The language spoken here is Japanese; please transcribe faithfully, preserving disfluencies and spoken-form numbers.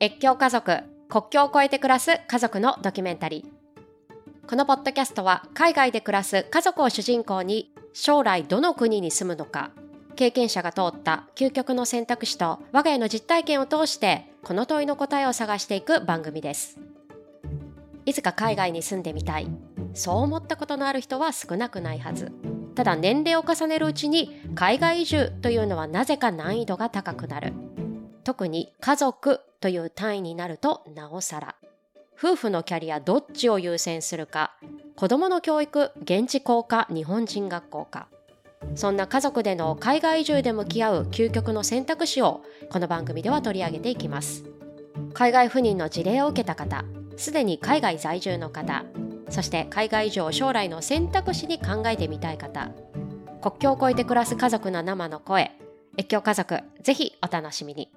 越境家族、国境を越えて暮らす家族のドキュメンタリー。このポッドキャストは海外で暮らす家族を主人公に将来どの国に住むのか、経験者が通った究極の選択肢と我が家の実体験を通してこの問いの答えを探していく番組です。いつか海外に住んでみたい、そう思ったことのある人は少なくないはず。ただ年齢を重ねるうちに海外移住というのはなぜか難易度が高くなる。特に家族という単位になるとなおさら。夫婦のキャリアどっちを優先するか、子供の教育現地校か日本人学校か。そんな家族での海外移住で向き合う究極の選択肢をこの番組では取り上げていきます。海外赴任の事例を受けた方、すでに海外在住の方、そして海外移住を将来の選択肢に考えてみたい方、国境を越えて暮らす家族の生の声、越境家族、ぜひお楽しみに。